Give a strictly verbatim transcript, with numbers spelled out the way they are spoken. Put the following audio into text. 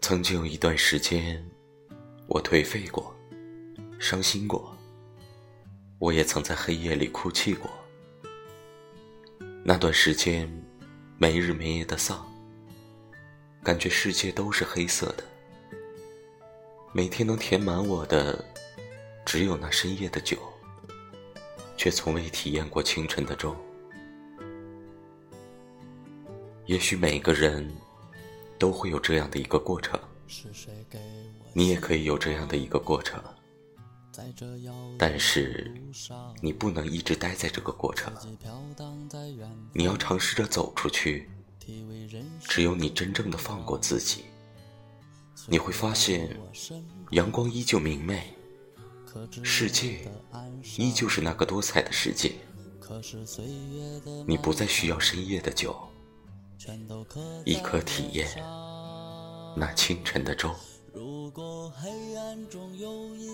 曾经有一段时间，我颓废过，伤心过，我也曾在黑夜里哭泣过。那段时间没日没夜的丧，感觉世界都是黑色的，每天能填满我的只有那深夜的酒，却从未体验过清晨的粥。也许每个人都会有这样的一个过程，你也可以有这样的一个过程，但是你不能一直待在这个过程，你要尝试着走出去。只有你真正的放过自己，你会发现阳光依旧明媚，世界依旧是那个多彩的世界。你不再需要深夜的酒，亦可体验那清晨的粥。如果黑暗中有一